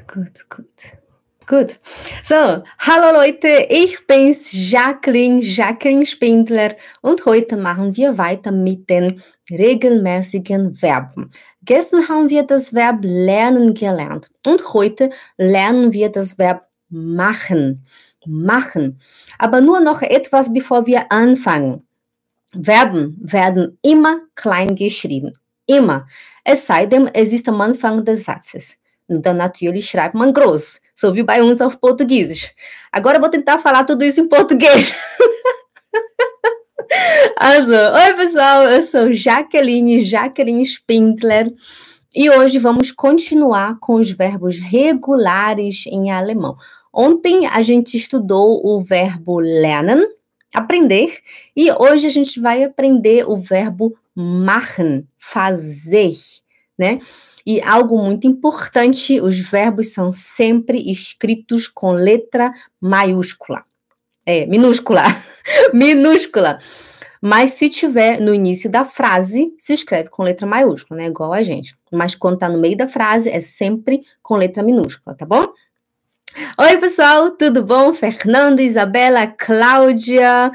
Gut, gut. Gut. So, hallo Leute, ich bin's, Jacqueline Spindler und heute machen wir weiter mit den regelmäßigen Verben. Gestern haben wir das Verb lernen gelernt und heute lernen wir das Verb machen. Machen. Aber nur noch etwas, bevor wir anfangen. Verben werden immer klein geschrieben. Immer. Es sei denn, es ist am Anfang des Satzes. Então, natürlich schreibt man groß, so wie bei uns auf Português. Agora eu vou tentar falar tudo isso em português. Also, oi pessoal, eu sou Jacqueline Spindler, e hoje vamos continuar com os verbos regulares em alemão. Ontem a gente estudou o verbo lernen, aprender, e hoje a gente vai aprender o verbo machen, fazer, né? E algo muito importante, os verbos são sempre escritos com letra maiúscula. Minúscula. Minúscula. Mas se tiver no início da frase, se escreve com letra maiúscula, né? Igual a gente. Mas quando tá no meio da frase, é sempre com letra minúscula, tá bom? Oi, pessoal, tudo bom? Fernanda, Isabela, Cláudia,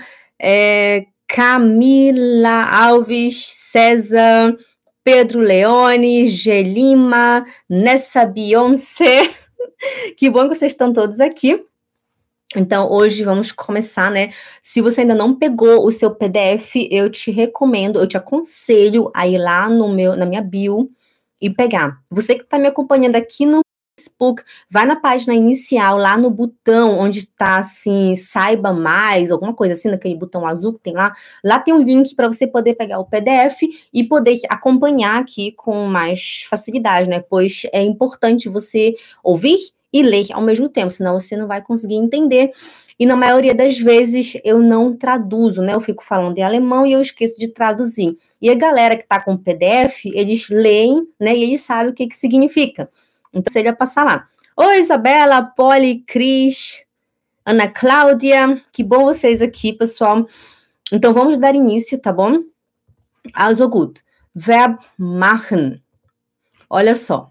Camila Alves, César, Pedro Leone, Gelima, Nessa Beyoncé. Que bom que vocês estão todos aqui. Então, hoje vamos começar, né? Se você ainda não pegou o seu PDF, eu te recomendo, eu te aconselho a ir lá na minha bio e pegar. Você que está me acompanhando aqui no Facebook, vai na página inicial, lá no botão onde está assim, saiba mais, alguma coisa assim, naquele botão azul que tem lá. Lá tem um link para você poder pegar o PDF e poder acompanhar aqui com mais facilidade, né? Pois é importante você ouvir e ler ao mesmo tempo, senão você não vai conseguir entender. E na maioria das vezes eu não traduzo, né? Eu fico falando em alemão e eu esqueço de traduzir. E a galera que tá com o PDF, eles leem, né? E eles sabem o que significa. Então, seria passar lá. Oi, Isabela, Polly, Cris, Ana Cláudia. Que bom vocês aqui, pessoal. Então, vamos dar início, tá bom? Also gut. Verb machen. Olha só.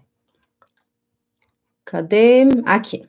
Cadê? Aqui.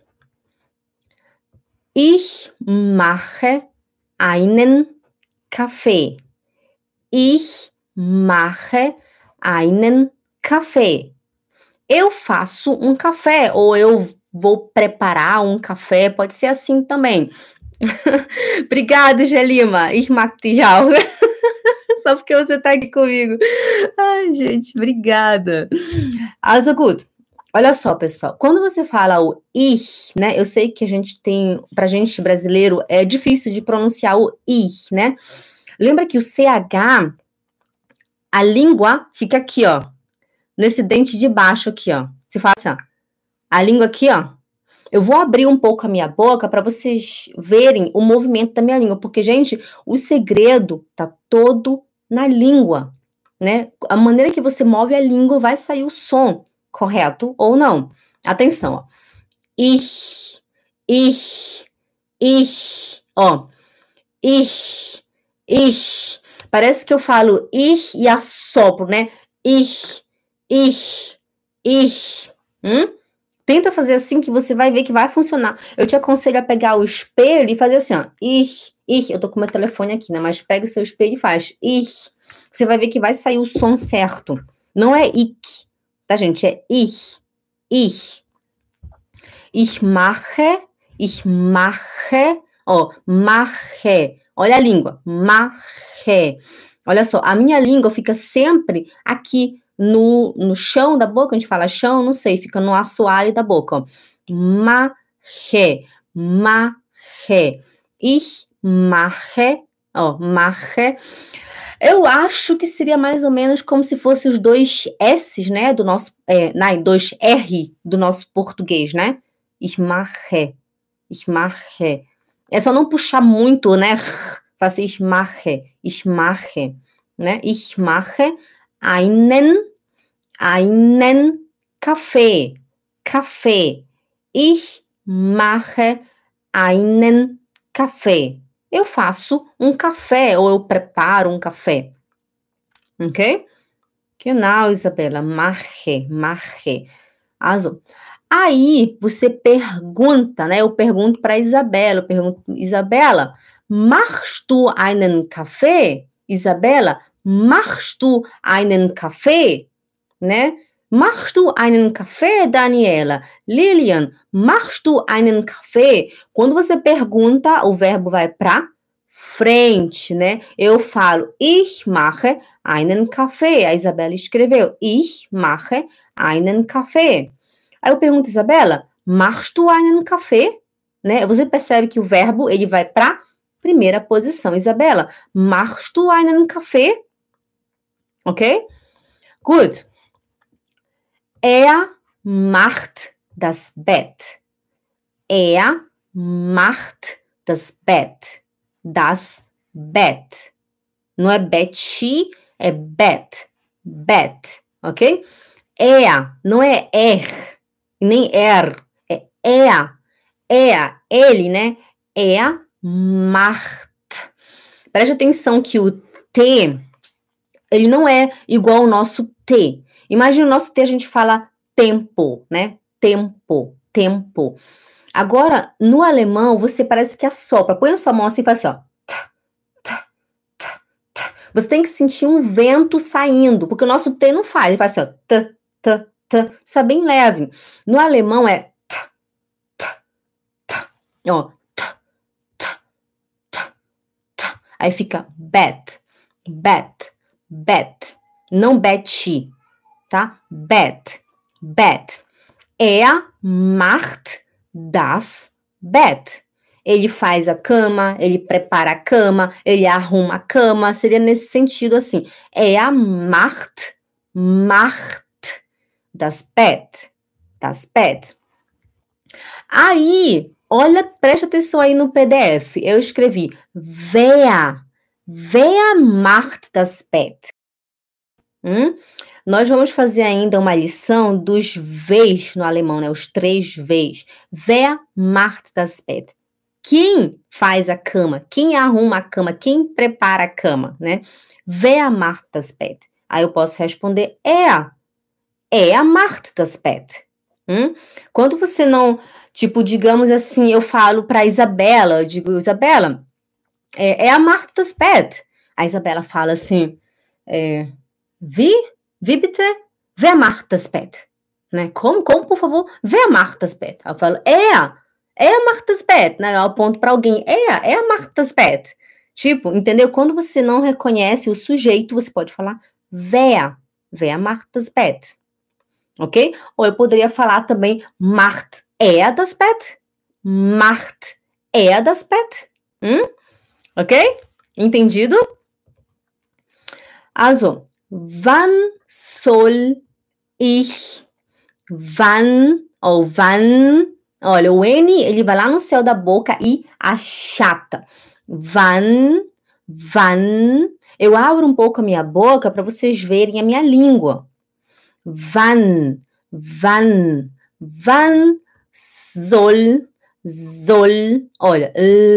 Ich mache einen Kaffee. Ich mache einen Kaffee. Eu faço um café, ou eu vou preparar um café, pode ser assim também. Obrigada, Gelima. Ich mag dich auch. Só porque você tá aqui comigo. Ai, gente, obrigada. Also gut. Olha só, pessoal, quando você fala o ich, né, eu sei que a gente tem, pra gente brasileiro, é difícil de pronunciar o ich, né? Lembra que o CH, a língua fica aqui, ó, nesse dente de baixo aqui, ó. Você fala assim, ó, a língua aqui, ó. Eu vou abrir um pouco a minha boca para vocês verem o movimento da minha língua, porque, gente, o segredo tá todo na língua, né? A maneira que você move a língua vai sair o som. Correto ou não? Atenção, ó. Ich, ó. Ich. Parece que eu falo ich e assopro, né? Ich. Tenta fazer assim que você vai ver que vai funcionar. Eu te aconselho a pegar o espelho e fazer assim, ó. Ich. Eu tô com meu telefone aqui, né? Mas pega o seu espelho e faz ich. Você vai ver que vai sair o som certo. Não é ich. Tá, gente? É ich. Ich mache. Ó, mache. Olha a língua. Mache. Olha só, a minha língua fica sempre aqui no chão da boca. A gente fala chão, não sei, fica no assoalho da boca, ó. Mache. Ich mache. Ó, mache. Eu acho que seria mais ou menos como se fossem os dois S's, né, do nosso, dois R do nosso português, né? Ich mache. É só não puxar muito, né? Fazer ich mache, né? Ich mache einen Kaffee. Ich mache einen Kaffee. Eu faço um café, ou eu preparo um café. Ok? Genau, Isabela. Mache. Also, Aí você pergunta, né? Eu pergunto para Isabela, eu pergunto, Isabela, machst du einen Kaffee? Isabela, machst du einen Kaffee? Né? Machst du einen Kaffee, Daniela? Lilian, machst du einen Kaffee? Quando você pergunta, o verbo vai para frente, né? Eu falo, ich mache einen Kaffee. A Isabela escreveu, ich mache einen Kaffee. Aí eu pergunto, Isabela, machst du einen Kaffee? Né? Você percebe que o verbo, ele vai para primeira posição. Isabela, machst du einen Kaffee? Ok? Gut. Er macht das Bett. Er macht das Bett. Das Bett. Não é Betty, é Bet. Bet, ok? Er, não é nem é er, ele, né? Er macht. Preste atenção que o T, ele não é igual ao nosso T. Imagina o nosso T, a gente fala tempo, né? Tempo, tempo. Agora, no alemão, você parece que assopra. Põe a sua mão assim e faz assim, ó. Você tem que sentir um vento saindo, porque o nosso T não faz. Ele faz assim, ó. Isso é bem leve. No alemão é ó. Aí fica bet. Não Betty, tá? Bet. Er macht das Bett. Ele faz a cama, ele prepara a cama, ele arruma a cama. Seria nesse sentido assim. Er macht das Bett. Aí, olha, presta atenção aí no PDF. Eu escrevi wer macht das Bett? Nós vamos fazer ainda uma lição dos Ws no alemão, né? Os 3 Ws. Wer macht das Bett? Quem faz a cama? Quem arruma a cama? Quem prepara a cama, né? Wer macht das Bett? Aí eu posso responder er macht das Bett. Quando você não, tipo, digamos assim, eu falo para Isabela, eu digo, Isabela, er macht das Bett. A Isabela fala assim, wie bitte? Wer macht das Bett? Né? Como, por favor? Wer macht das Bett? Eu falo, er macht das Bett, né? Eu aponto para alguém, er macht das Bett. Tipo, entendeu? Quando você não reconhece o sujeito, você pode falar wer macht das Bett. Ok? Ou eu poderia falar também macht er das Bett? Macht er das Bett? Ok? Entendido? Also, wann soll ich, wann, olha, o N, ele vai lá no céu da boca e achata. Wann, eu abro um pouco a minha boca para vocês verem a minha língua. Wann soll, olha,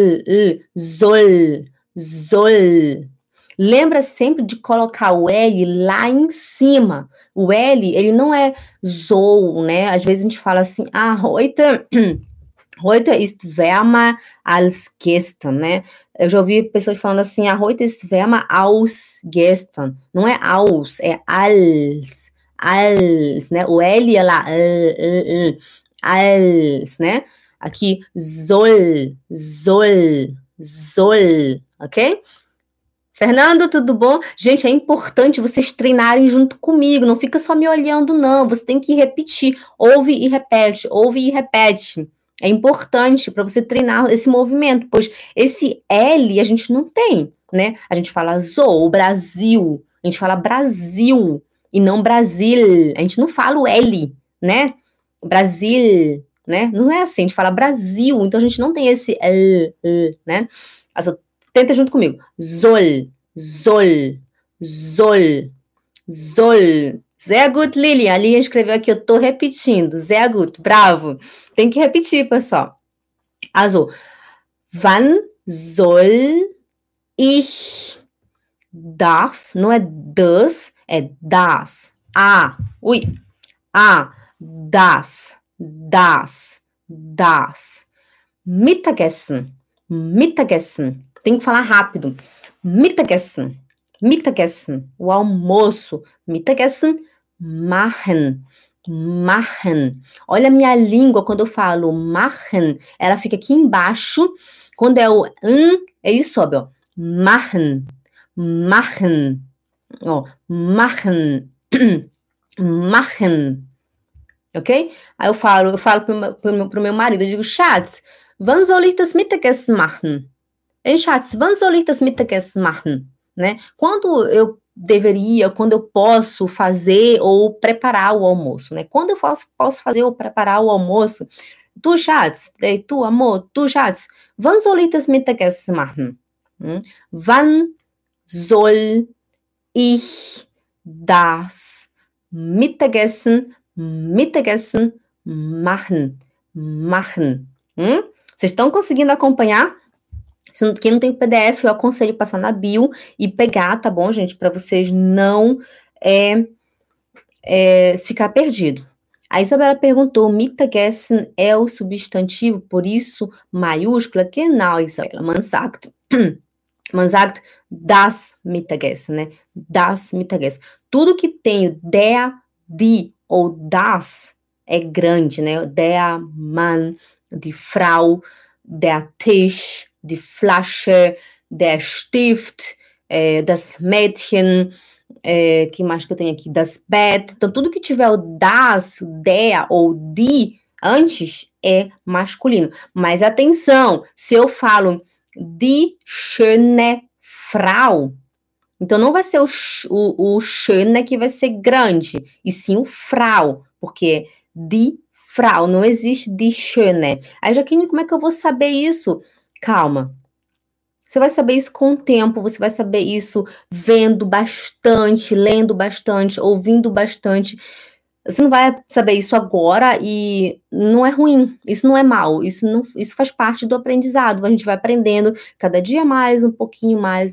soll. Lembra sempre de colocar o L lá em cima. O L, ele não é soll, né? Às vezes a gente fala assim, heute ist wärmer als gestern, né? Eu já ouvi pessoas falando assim, heute ist wärmer als gestern. Não é aus, é als, né? O L é lá, als, né? Aqui, soll, ok? Fernando, tudo bom? Gente, é importante vocês treinarem junto comigo, não fica só me olhando, não. Você tem que repetir, ouve e repete. É importante para você treinar esse movimento, pois esse L a gente não tem, né? A gente fala o Brasil, a gente fala Brasil e não Brasil. A gente não fala o L, né? Brasil, né? Não é assim, a gente fala Brasil, então a gente não tem esse L, né? Tenta junto comigo. Soll. Sehr gut, Lilian. A Lilian escreveu aqui, eu tô repetindo. Sehr gut, bravo. Tem que repetir, pessoal. Also, wann soll ich das, não é das, é das. Das. das. Mittagessen. Tem que falar rápido. Mittagessen. O almoço. Mittagessen, machen. Olha a minha língua, quando eu falo machen, ela fica aqui embaixo. Quando é o ele sobe, ó. Machen. Ó, machen. Ok? Aí eu falo pro meu marido, eu digo, Schatz, wann soll ich das Mittagessen machen? Ei, Schatz, wann soll ich das Mittagessen machen? Né? Quando eu posso fazer ou preparar o almoço, né? Quando eu posso fazer ou preparar o almoço? Du, Schatz, tu, amor, du, Schatz, wann soll ich das Mittagessen machen? Wann soll ich das Mittagessen machen? Vocês estão conseguindo acompanhar? Quem não tem o PDF, eu aconselho passar na bio e pegar, tá bom, gente? Para vocês não se ficar perdido. A Isabela perguntou, Mittagessen é o substantivo, por isso, maiúscula? Genau, Isabela, man sagt das Mittagessen, né? Das Mittagessen. Tudo que tem der, die ou das é grande, né? Der Mann, die Frau, der Tisch, die Flasche, der Stift, das Mädchen, que mais que eu tenho aqui? Das Bett. Então, tudo que tiver o das, der ou die antes é masculino. Mas atenção, se eu falo die schöne Frau, então não vai ser o schöne que vai ser grande, e sim o Frau, porque die Frau, não existe die schöne. Aí, Jaqueline, como é que eu vou saber isso? Calma. Você vai saber isso com o tempo, você vai saber isso vendo bastante, lendo bastante, ouvindo bastante. Você não vai saber isso agora e não é ruim, isso não é mal, isso faz parte do aprendizado, a gente vai aprendendo cada dia mais, um pouquinho mais,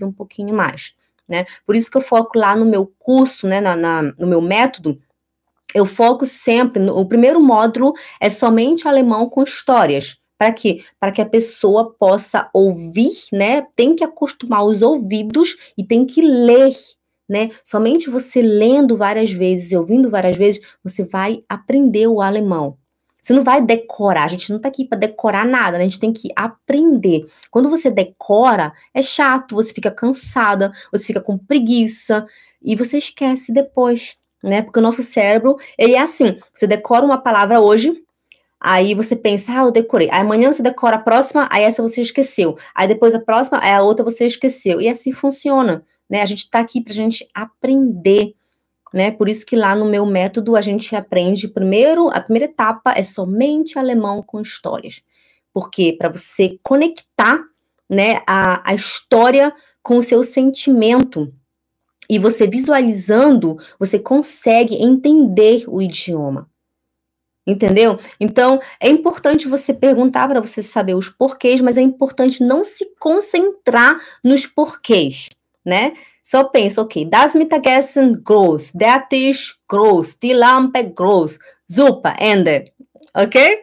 né? Por isso que eu foco lá no meu curso, né, no meu método, eu foco sempre, o primeiro módulo é somente alemão com histórias. Para quê? Para que a pessoa possa ouvir, né? Tem que acostumar os ouvidos e tem que ler, né? Somente você lendo várias vezes e ouvindo várias vezes, você vai aprender o alemão. Você não vai decorar, a gente não tá aqui para decorar nada, né? A gente tem que aprender. Quando você decora, é chato, você fica cansada, você fica com preguiça e você esquece depois, né? Porque o nosso cérebro, ele é assim, você decora uma palavra hoje, aí você pensa, eu decorei. Aí amanhã você decora a próxima, aí essa você esqueceu. Aí depois a próxima, aí a outra você esqueceu. E assim funciona, né? A gente tá aqui pra gente aprender, né? Por isso que lá no meu método a gente aprende a primeira etapa é somente alemão com histórias. Porque para você conectar, né, a história com o seu sentimento e você visualizando, você consegue entender o idioma. Entendeu? Então, é importante você perguntar para você saber os porquês, mas é importante não se concentrar nos porquês, né? Só pensa, ok, das Mittagessen groß, der Tisch groß, die Lampe groß, super, Ende, ok?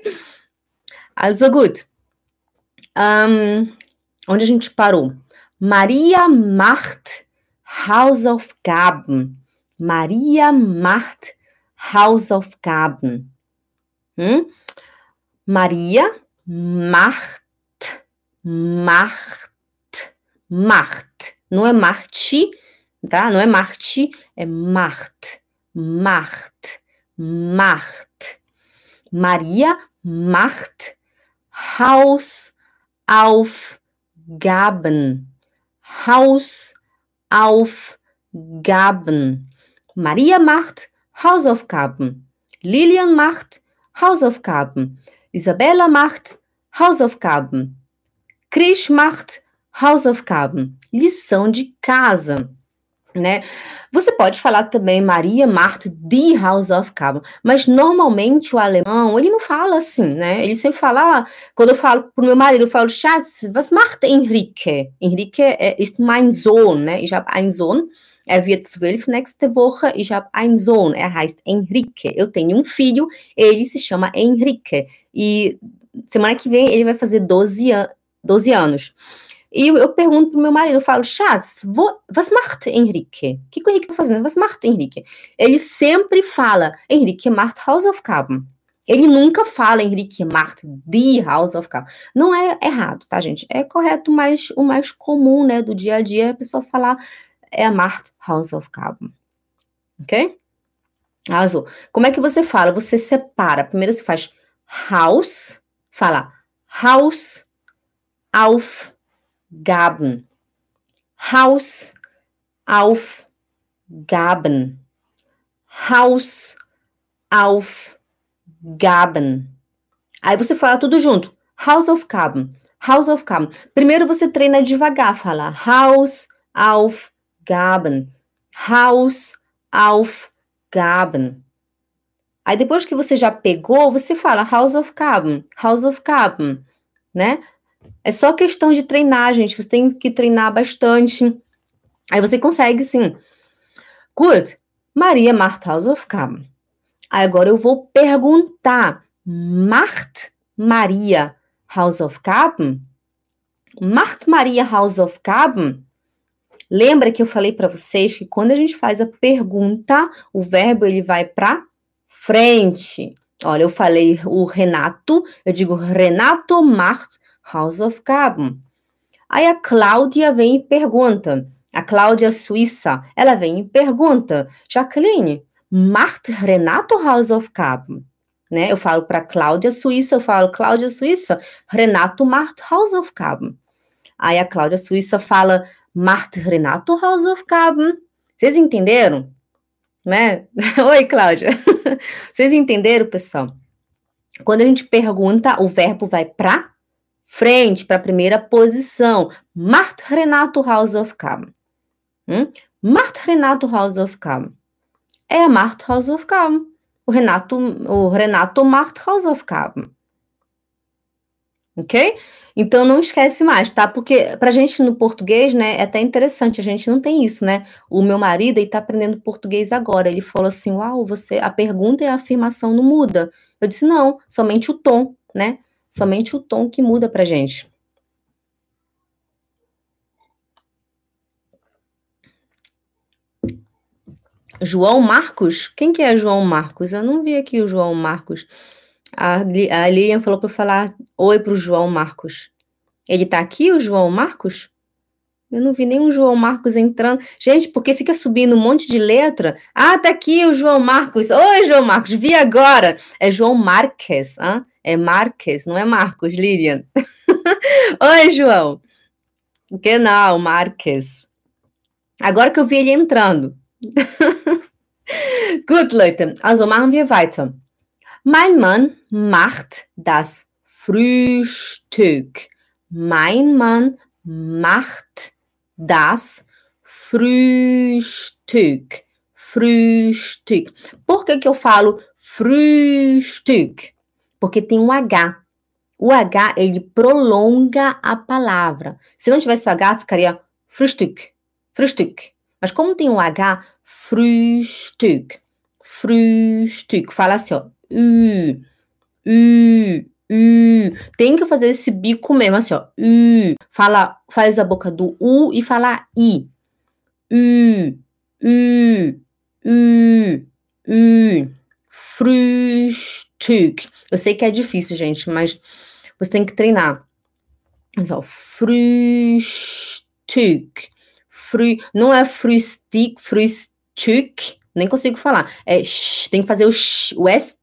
Also gut. Onde a gente parou? Maria macht Hausaufgaben. Maria macht Hausaufgaben. Maria macht. Não é Marte, tá? Não é Marte, é macht. Maria macht Hausaufgaben. Maria macht Hausaufgaben. Lilian macht Hausaufgaben. Isabella macht Hausaufgaben. Chris macht Hausaufgaben. Lição de casa. né? Você pode falar também Maria macht die Hausaufgaben, mas normalmente o alemão, ele não fala assim, né? Ele sempre fala, quando eu falo pro meu marido, eu falo, Schatz, was macht Enrique? Enrique ist mein Sohn, né? Ich habe einen Sohn, wird 12 nächste Woche, ich habe einen Sohn, heißt Enrique. Eu tenho um filho, ele se chama Enrique. E semana que vem ele vai fazer 12 anos. E eu pergunto pro meu marido, eu falo, Schatz, was macht Henrique? O que o Henrique tá fazendo? Was macht Henrique? Ele sempre fala, Henrique macht Hausaufgaben. Ele nunca fala, Henrique macht die Hausaufgaben. Não é errado, tá, gente? É correto, mas o mais comum, né, do dia a dia é a pessoa falar, macht Hausaufgaben. Ok? Also, como é que você fala? Você separa. Primeiro você faz Haus, fala Haus, Aufgaben. Hausaufgaben. Hausaufgaben. Aí você fala tudo junto. Hausaufgaben. Hausaufgaben. Primeiro você treina devagar. Fala Hausaufgaben. Hausaufgaben. Aí depois que você já pegou, você fala Hausaufgaben. Hausaufgaben. Né? É só questão de treinar, gente. Você tem que treinar bastante. Aí você consegue, sim. Gut. Maria macht Hausaufgaben. Agora eu vou perguntar. Macht Maria Hausaufgaben? Macht Maria Hausaufgaben? Lembra que eu falei para vocês que quando a gente faz a pergunta, o verbo ele vai para frente. Olha, eu falei o Renato, eu digo Renato macht Hausaufgaben. Aí a Cláudia vem e pergunta. A Cláudia Suíça, ela vem e pergunta, Jacqueline, macht Renato Hausaufgaben? Né? Eu falo para Cláudia Suíça, eu falo, Cláudia Suíça, Renato macht Hausaufgaben. Aí a Cláudia Suíça fala, macht Renato Hausaufgaben? Vocês entenderam? Né? Oi, Cláudia. Vocês entenderam, pessoal? Quando a gente pergunta, o verbo vai para frente, para a primeira posição. Macht Renato Hausaufgaben? Macht Renato Hausaufgaben? Macht Hausaufgaben. O Renato macht Hausaufgaben. Ok? Então não esquece mais, tá? Porque pra gente no português, né, é até interessante, a gente não tem isso, né? O meu marido, ele tá aprendendo português agora. Ele falou assim: "Uau, a pergunta e a afirmação não muda". Eu disse: "Não, somente o tom, né? Somente o tom que muda pra gente". João Marcos? Quem que é João Marcos? Eu não vi aqui o João Marcos. A Lilian falou para eu falar oi pro João Marcos. Ele tá aqui, o João Marcos? Eu não vi nenhum João Marcos entrando. Gente, porque fica subindo um monte de letra? Ah, tá aqui o João Marcos. Oi, João Marcos, vi agora. É João Marques, hein? É Marques, não é Marcos, Lilian. Oi, João. Genau, Marques. Agora que eu vi ele entrando. Gut, Leute, also machen wir weiter. Mein Mann macht das Frühstück. Mein Mann macht das Frühstück. Frühstück. Por que eu falo Frühstück? Porque tem um H. O H, ele prolonga a palavra. Se não tivesse H, ficaria Frühstück. Frühstück. Mas como tem um H, Frühstück. Frühstück. Fala assim, ó. Tem que fazer esse bico mesmo, assim, ó. Faz a boca do U e fala I. Frühstück. Eu sei que é difícil, gente, mas você tem que treinar. Mas, ó, Frühstück. Não é Frühstück, Frühstück. Nem consigo falar. Tem que fazer o ST.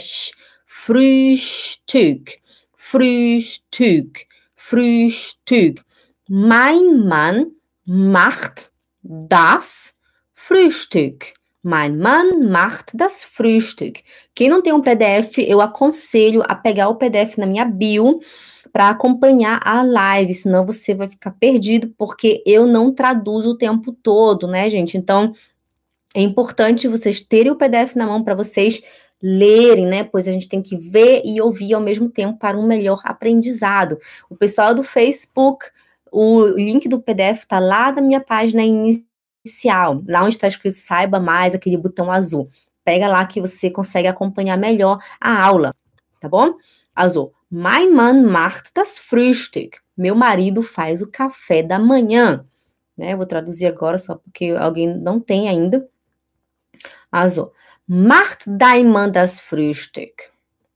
Frühstück. Frühstück. Frühstück. Mein Mann macht das Frühstück. Mein Mann macht das Frühstück. Quem não tem um PDF, eu aconselho a pegar o PDF na minha bio para acompanhar a live, senão você vai ficar perdido, porque eu não traduzo o tempo todo, né, gente? Então, é importante vocês terem o PDF na mão para vocês lerem, né? Pois a gente tem que ver e ouvir ao mesmo tempo para um melhor aprendizado. O pessoal do Facebook, o link do PDF está lá na minha página inicial, lá onde está escrito saiba mais, aquele botão azul. Pega lá que você consegue acompanhar melhor a aula, tá bom? Azul. Mein Mann macht das Frühstück. Meu marido faz o café da manhã. Né? Eu vou traduzir agora só porque alguém não tem ainda. Also, macht dein Mann das Frühstück?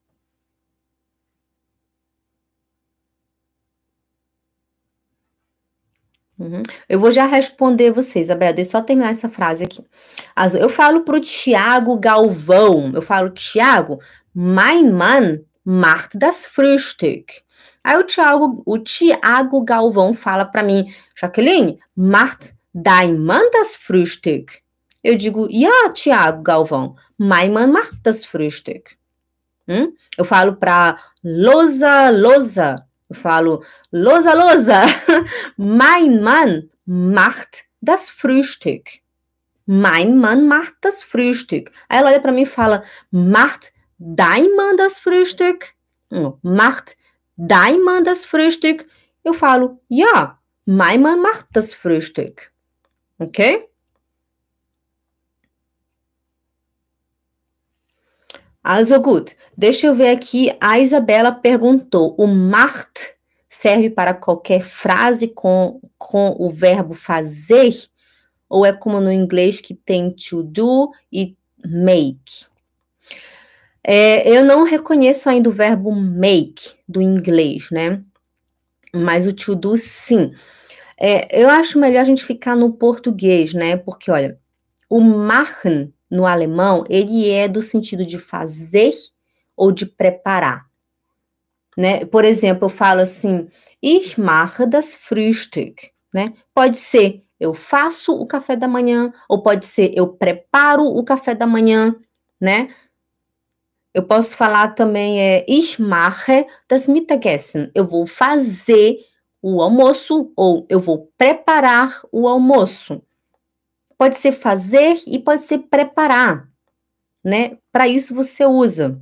Eu vou já responder vocês, Isabel, deixa eu só terminar essa frase aqui. Also, eu falo pro Tiago Galvão, eu falo, Tiago, mein Mann macht das Frühstück. Aí o Tiago Galvão fala para mim, Jaqueline, macht dein Mann das Frühstück? Eu digo, ja, Tiago Galvão, mein Mann macht das Frühstück. Eu falo para Losa, eu falo, Losa, mein Mann macht das Frühstück. Mein Mann macht das Frühstück. Aí ela olha para mim e fala, macht dein Mann das Frühstück? Macht dein Mann das Frühstück? Eu falo, ja, mein Mann macht das Frühstück. Ok? Also gut, deixa eu ver aqui, a Isabela perguntou, o macht serve para qualquer frase com o verbo fazer? Ou é como no inglês que tem to do e make? Eu não reconheço ainda o verbo make do inglês, né? Mas o to do, sim. Eu acho melhor a gente ficar no português, né? Porque, olha, o machen no alemão, ele é do sentido de fazer ou de preparar, né? Por exemplo, eu falo assim, ich mache das Frühstück, né? Pode ser eu faço o café da manhã, ou pode ser eu preparo o café da manhã, né? Eu posso falar também, ich mache das Mittagessen, eu vou fazer o almoço, ou eu vou preparar o almoço. Pode ser fazer e pode ser preparar, né? Para isso você usa.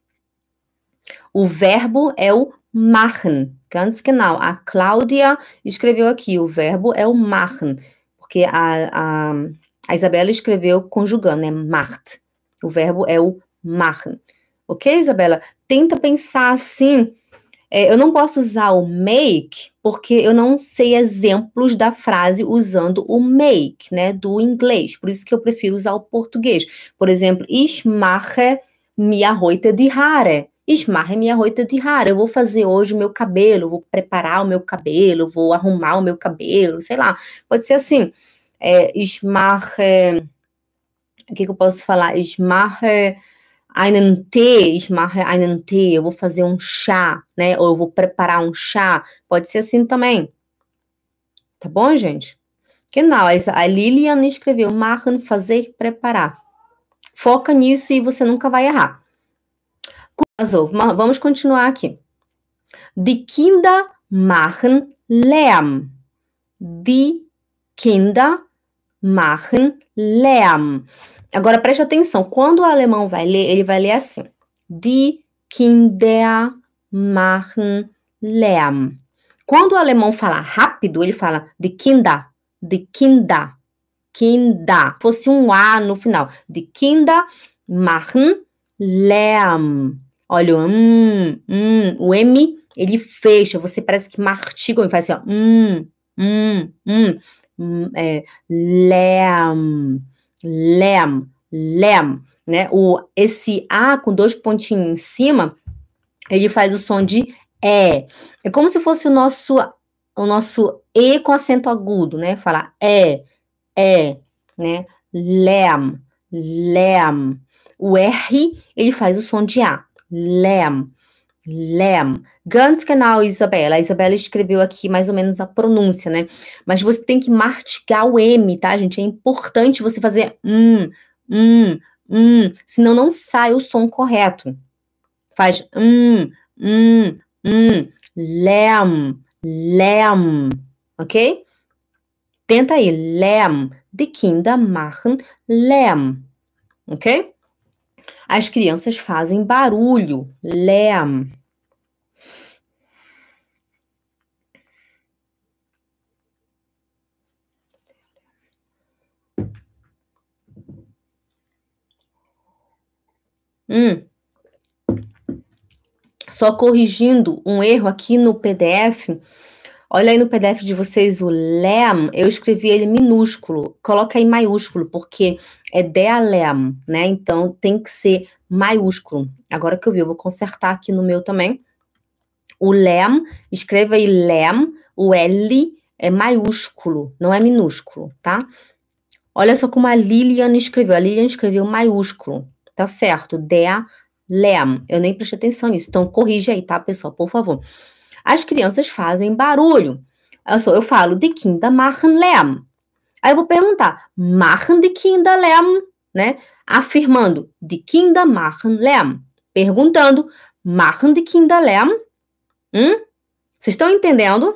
O verbo é o machen, ganz genau. A Cláudia escreveu aqui, o verbo é o machen, porque a Isabela escreveu conjugando, né? Macht. O verbo é o machen. Ok, Isabela? Tenta pensar assim. Eu não posso usar o make, porque eu não sei exemplos da frase usando o make, né, do inglês. Por isso que eu prefiro usar o português. Por exemplo, ich mache mir heute die Haare. Ich mache mir heute die Haare. Eu vou fazer hoje o meu cabelo, vou preparar o meu cabelo, vou arrumar o meu cabelo, sei lá. Pode ser assim. Ich mache... O que eu posso falar? Ich mache... einen Tee, ich mache einen Tee, eu vou fazer um chá, né? Ou eu vou preparar um chá. Pode ser assim também. Tá bom, gente? Genau, a Lilian escreveu machen, fazer, preparar. Foca nisso e você nunca vai errar. Also, vamos continuar aqui. Die Kinder machen Lärm. Die Kinder machen Lärm. Agora, preste atenção. Quando o alemão vai ler, ele vai ler assim. Die Kinder machen Lärm. Quando o alemão fala rápido, ele fala die Kinder, die Kinder, Kinder. Fosse um A no final. Die Kinder machen Lärm. Olha, o M, ele fecha. Você parece que mastiga e faz assim, ó. Lärm. Lärm, né? Esse A com 2 pontinhos em cima, ele faz o som de E. É como se fosse o nosso E com acento agudo, né? Falar né? Lärm. O R, ele faz o som de A. Lärm. Ganz genau, Isabela. A Isabela escreveu aqui mais ou menos a pronúncia, né? Mas você tem que mastigar o M, tá, gente? É importante você fazer Senão não sai o som correto. Faz Lärm, Lärm, ok? Tenta aí, Lärm. Die Kinder machen Lärm, ok? As crianças fazem barulho, Lärm. Só corrigindo um erro aqui no PDF. Olha aí no PDF de vocês o Lärm, eu escrevi ele minúsculo. Coloca aí maiúsculo, porque é der Lärm, né? Então tem que ser maiúsculo. Agora que eu vi, eu vou consertar aqui no meu também. O Lärm, escreva aí Lärm, o L é maiúsculo, não é minúsculo, tá? Olha só como a Lilian escreveu. A Lilian escreveu maiúsculo, tá certo? Der Lärm. Eu nem prestei atenção nisso, então corrige aí, tá, pessoal, por favor. As crianças fazem barulho. Eu falo, die Kinder machen Lärm. Aí eu vou perguntar, machen die Kinder Lärm? Né? Afirmando, die Kinder machen Lärm. Perguntando, machen die Kinder Lärm? Vocês estão entendendo?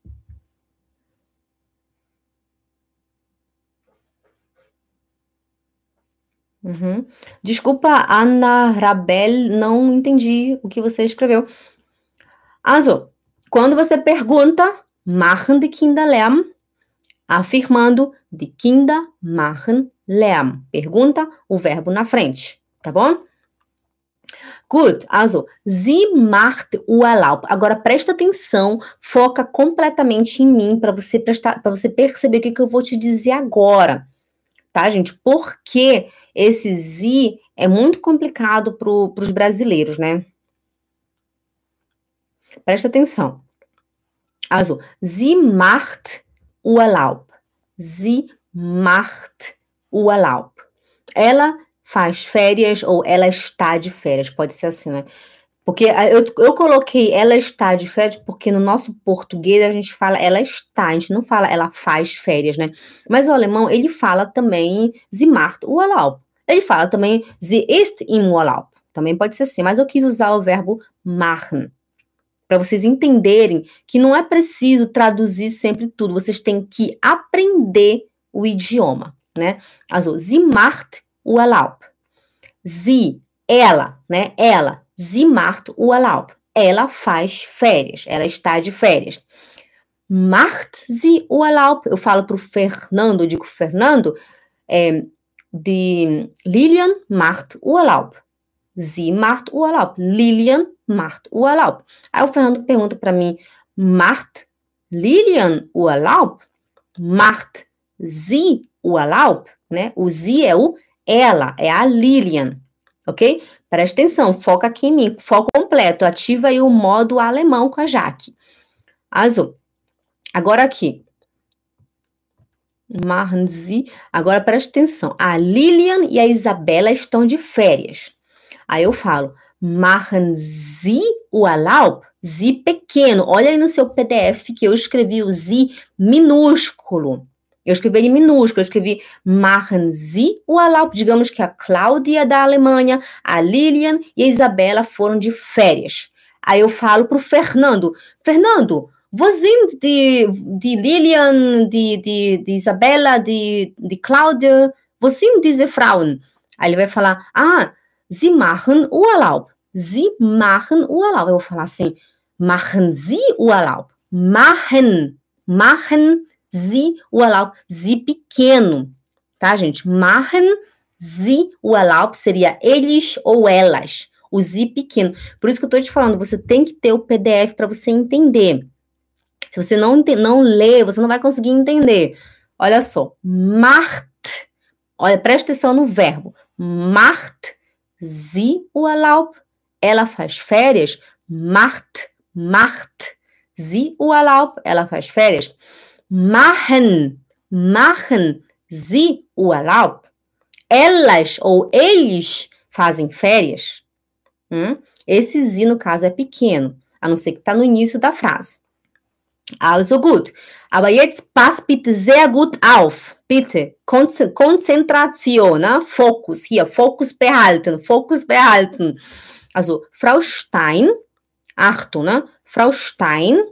Desculpa, Ana Rabel, não entendi o que você escreveu. Also, quando você pergunta, machen die Kinder Lärm? Afirmando, die Kinder machen Lärm. Pergunta, o verbo na frente, tá bom? Gut, also, sie macht Urlaub. Agora presta atenção, foca completamente em mim para você perceber o que eu vou te dizer agora. Tá, gente? Porque esse sie é muito complicado para os brasileiros, né? Presta atenção. Also, sie macht Urlaub. Sie macht Urlaub. Ela faz férias ou ela está de férias, pode ser assim, né? Porque eu coloquei ela está de férias porque no nosso português a gente fala ela está, a gente não fala ela faz férias, né? Mas o alemão, ele fala também sie macht Urlaub. Ele fala também sie ist im Urlaub. Também pode ser assim, mas eu quis usar o verbo machen. Para vocês entenderem que não é preciso traduzir sempre tudo, vocês têm que aprender o idioma, né? Also, sie macht Urlaub. Sie, ela, né? Ela, sie macht Urlaub. Ela faz férias, ela está de férias. Macht sie Urlaub? Eu falo para o Fernando, eu digo Fernando, die Lilian macht Urlaub. Sie macht Urlaub. Lilian macht Urlaub. Aí o Fernando pergunta para mim, macht Lilian Urlaub? Macht sie Urlaub? Né? O sie é o ela, é a Lilian, ok? Presta atenção, foca aqui em mim, foco completo, ativa aí o modo alemão com a Jaque. Also, agora aqui. Machen Sie. Agora presta atenção, a Lilian e a Isabela estão de férias. Aí eu falo, machen Sie Urlaub? Sie pequeno, olha aí no seu PDF que eu escrevi o Sie minúsculo. Eu escrevi ele minúsculo, eu escrevi machen Sie Urlaub. Digamos que a Cláudia da Alemanha, a Lilian e a Isabela foram de férias. Aí eu falo para o Fernando, Fernando, wo sind die Lilian, die Isabela, die Cláudia, wo sind diese Frauen? Aí ele vai falar, Sie machen Urlaub. Sie machen Urlaub. Eu vou falar assim, machen Sie Urlaub. Machen Sie Urlaub. Sie pequeno. Tá, gente? Machen Sie Urlaub seria eles ou elas. O Sie pequeno. Por isso que eu tô te falando, você tem que ter o PDF para você entender. Se você não ler, você não vai conseguir entender. Olha só. Macht. Olha, presta atenção no verbo. Macht sie Urlaub. Ela faz férias. Macht sie Urlaub. Ela faz férias. Machen sie Urlaub. Elas ou eles fazem férias. Esse sie, no caso, é pequeno, a não ser que está no início da frase. Also gut. Aber jetzt pass bitte sehr gut auf. Bitte, Konzentration, ne? Fokus, hier, Fokus behalten, Fokus behalten. Also, Frau Stein, Achtung, né? Frau Stein,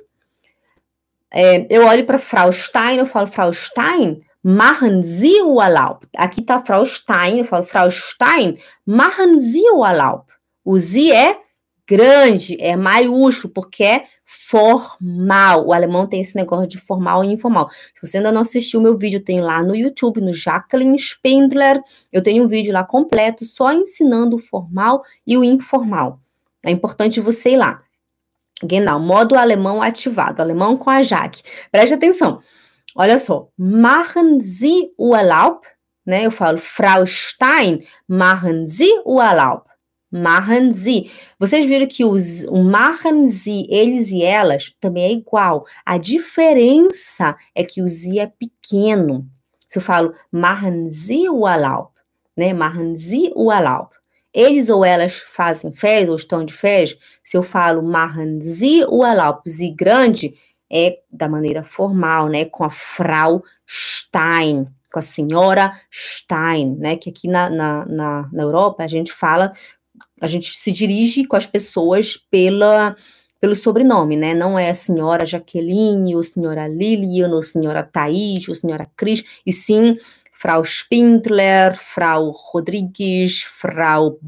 eu olho para Frau Stein, eu falo, Frau Stein, machen Sie Urlaub. Aqui tá Frau Stein, eu falo, Frau Stein, machen Sie Urlaub. O Sie é grande, é maiúsculo, porque é formal. O alemão tem esse negócio de formal e informal. Se você ainda não assistiu o meu vídeo, eu tenho lá no YouTube, no Jacqueline Spindler, eu tenho um vídeo lá completo, só ensinando o formal e o informal. É importante você ir lá. Genau, modo alemão ativado, alemão com a Jaque. Preste atenção. Olha só, machen Sie Urlaub, né? Eu falo, Frau Stein, machen Sie Urlaub. Machen Sie. Vocês viram que o machen Sie, eles e elas, também é igual. A diferença é que o Sie é pequeno. Se eu falo, machen Sie Urlaub, né? Machen Sie Urlaub. Eles ou elas fazem férias ou estão de férias. Se eu falo machen Sie Urlaub, Sie grande, é da maneira formal, né? Com a Frau Stein, com a senhora Stein, né? Que aqui na Europa a gente fala, a gente se dirige com as pessoas pelo sobrenome, né? Não é a senhora Jaqueline, ou senhora Lilian, ou senhora Thaís, ou senhora Cris, e sim Frau Spindler, Frau Rodrigues, Frau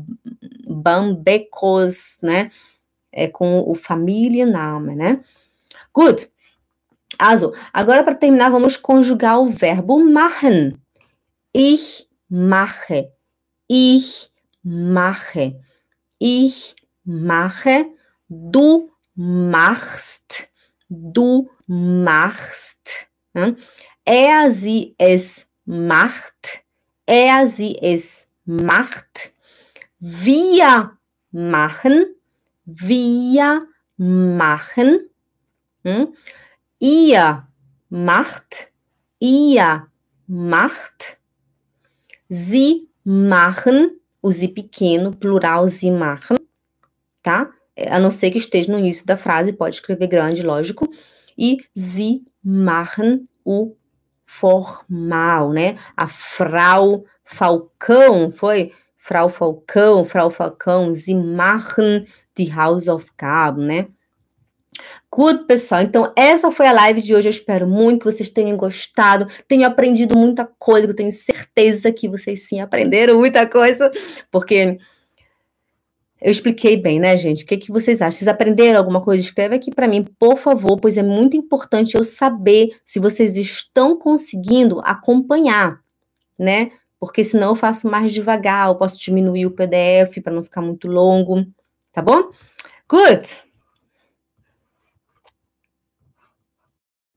Bambecos, né? É com o Familienname, né? Gut. Also, agora para terminar, vamos conjugar o verbo machen. Ich mache. Ich mache. Ich mache. Du machst. Du machst. Er, sie, es macht. Er, sie, es macht. Wir machen. Wir machen. Ihr macht. Ihr macht. Sie machen. O sie pequeno, plural, sie machen. Tá? A não ser que esteja no início da frase, pode escrever grande, lógico. E sie machen, o formal, né? A Frau Falcão, foi? Frau Falcão, sie machen die Hausaufgaben, né? Good, pessoal, então essa foi a live de hoje, eu espero muito que vocês tenham gostado, tenham aprendido muita coisa, eu tenho certeza que vocês sim aprenderam muita coisa, porque eu expliquei bem, né, gente? O que vocês acham? Vocês aprenderam alguma coisa? Escreve aqui para mim, por favor, pois é muito importante eu saber se vocês estão conseguindo acompanhar, né? Porque senão eu faço mais devagar, eu posso diminuir o PDF para não ficar muito longo, tá bom? Good!